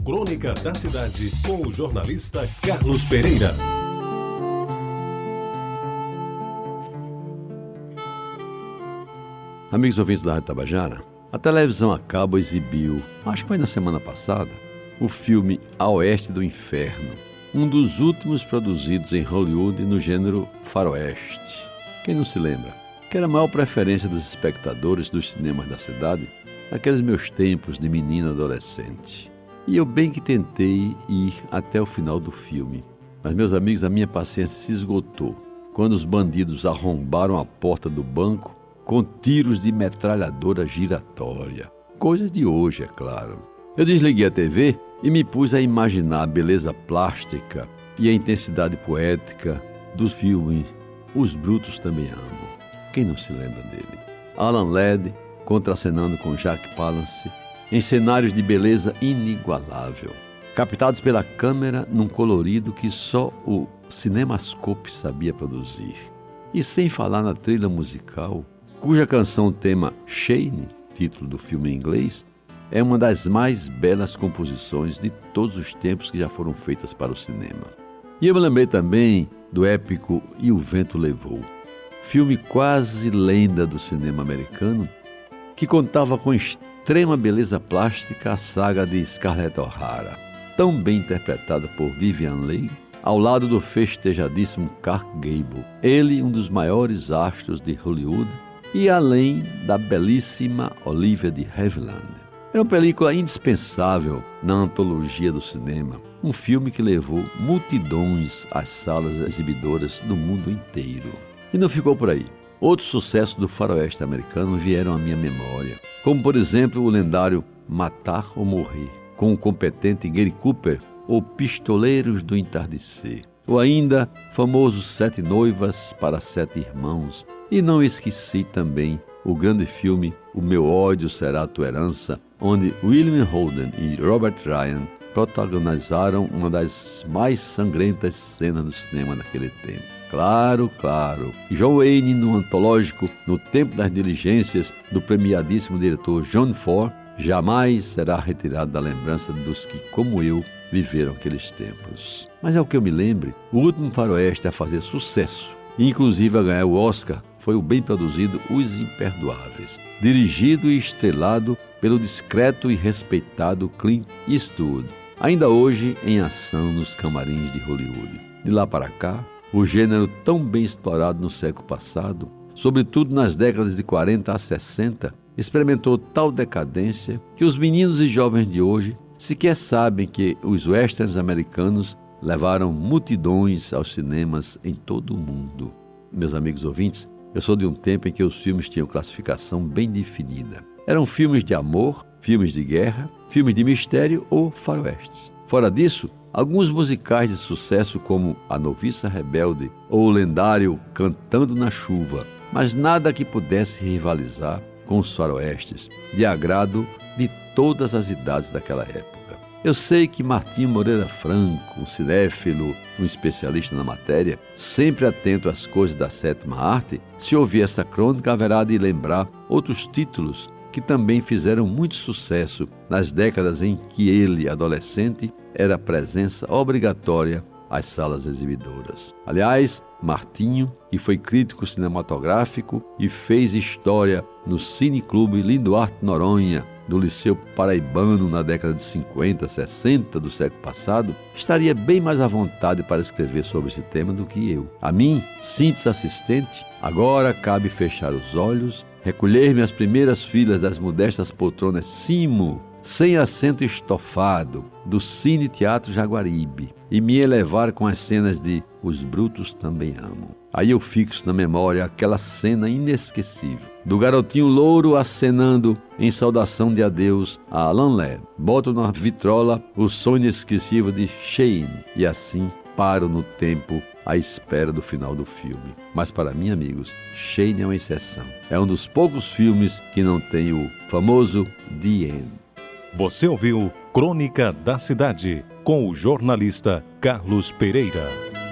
Crônica da Cidade, com o jornalista Carlos Pereira. Amigos ouvintes da Rádio Tabajara, a televisão a cabo exibiu, acho que foi na semana passada, o filme A Oeste do Inferno, um dos últimos produzidos em Hollywood no gênero faroeste. Quem não se lembra? Que era a maior preferência dos espectadores dos cinemas da cidade naqueles meus tempos de menino adolescente. E eu bem que tentei ir até o final do filme, mas, meus amigos, a minha paciência se esgotou quando os bandidos arrombaram a porta do banco com tiros de metralhadora giratória. Coisas de hoje, é claro. Eu desliguei a TV e me pus a imaginar a beleza plástica e a intensidade poética do filme Os Brutos Também Amam. Quem não se lembra dele? Alan Ladd contracenando com Jack Palance em cenários de beleza inigualável, captados pela câmera num colorido que só o Cinemascope sabia produzir. E sem falar na trilha musical, cuja canção tema Shane, título do filme em inglês, é uma das mais belas composições de todos os tempos que já foram feitas para o cinema. E eu me lembrei também do épico E o Vento Levou, filme quase lenda do cinema americano, que contava com extrema beleza plástica a saga de Scarlett O'Hara, tão bem interpretada por Vivien Leigh, ao lado do festejadíssimo Clark Gable, ele um dos maiores astros de Hollywood, e além da belíssima Olivia de Havilland. Era uma película indispensável na antologia do cinema, um filme que levou multidões às salas exibidoras do mundo inteiro. E não ficou por aí. Outros sucessos do faroeste americano vieram à minha memória, como, por exemplo, o lendário Matar ou Morrer, com o competente Gary Cooper, ou Pistoleiros do Entardecer, ou ainda famoso Sete Noivas para Sete Irmãos. E não esqueci também o grande filme O Meu Ódio Será a Tua Herança, onde William Holden e Robert Ryan protagonizaram uma das mais sangrentas cenas do cinema naquele tempo. Claro. E John Wayne, no antológico No Tempo das Diligências, do premiadíssimo diretor John Ford, jamais será retirado da lembrança dos que, como eu, viveram aqueles tempos. Mas ao que eu me lembre, o último faroeste a fazer sucesso, e inclusive a ganhar o Oscar, foi o bem produzido Os Imperdoáveis, dirigido e estrelado pelo discreto e respeitado Clint Eastwood, ainda hoje em ação nos camarins de Hollywood. De lá para cá, o gênero tão bem explorado no século passado, sobretudo nas décadas de 40 a 60, experimentou tal decadência que os meninos e jovens de hoje sequer sabem que os westerns americanos levaram multidões aos cinemas em todo o mundo. Meus amigos ouvintes, eu sou de um tempo em que os filmes tinham classificação bem definida. Eram filmes de amor, filmes de guerra, filmes de mistério ou faroestes. Fora disso, alguns musicais de sucesso como A Noviça Rebelde ou o lendário Cantando na Chuva, mas nada que pudesse rivalizar com os faroestes, de agrado de todas as idades daquela época. Eu sei que Martinho Moreira Franco, um cinéfilo, um especialista na matéria, sempre atento às coisas da sétima arte, se ouvir essa crônica haverá de lembrar outros títulos que também fizeram muito sucesso nas décadas em que ele, adolescente, era presença obrigatória às salas exibidoras. Aliás, Martinho, que foi crítico cinematográfico e fez história no Cineclube Linduarte Noronha, do Liceu Paraibano na década de 50, 60 do século passado, estaria bem mais à vontade para escrever sobre esse tema do que eu. A mim, simples assistente, agora cabe fechar os olhos, recolher-me às primeiras filas das modestas poltronas Simo, sem assento estofado, do Cine Teatro Jaguaribe, e me elevar com as cenas de Os Brutos Também Amam. Aí eu fixo na memória aquela cena inesquecível do garotinho louro acenando em saudação de adeus a Alan Ladd. Boto na vitrola o som inesquecível de Shane e assim paro no tempo à espera do final do filme. Mas para mim, amigos, Shane é uma exceção. É um dos poucos filmes que não tem o famoso The End. Você ouviu Crônica da Cidade, com o jornalista Carlos Pereira.